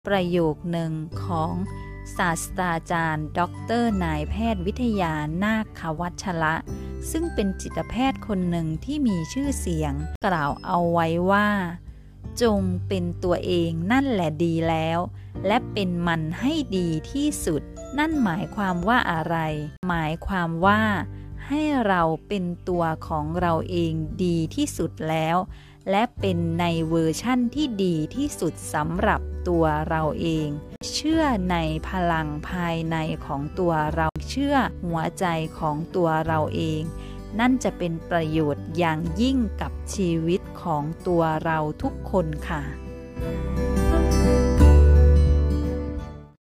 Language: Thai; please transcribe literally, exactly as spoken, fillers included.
ประโยคหนึ่งของศาสตราจารย์ด็อกเตอร์นายแพทย์วิทยานาควัชระ ซึ่งเป็นจิตแพทย์คนหนึ่งที่มีชื่อเสียงกล่าวเอาไว้ว่าจงเป็นตัวเองนั่นแหละดีแล้วและเป็นมันให้ดีที่สุดนั่นหมายความว่าอะไรหมายความว่าให้เราเป็นตัวของเราเองดีที่สุดแล้วและเป็นในเวอร์ชั่นที่ดีที่สุดสำหรับตัวเราเองเชื่อในพลังภายในของตัวเราเชื่อหัวใจของตัวเราเองนั่นจะเป็นประโยชน์อย่างยิ่งกับชีวิตของตัวเราทุกคนค่ะ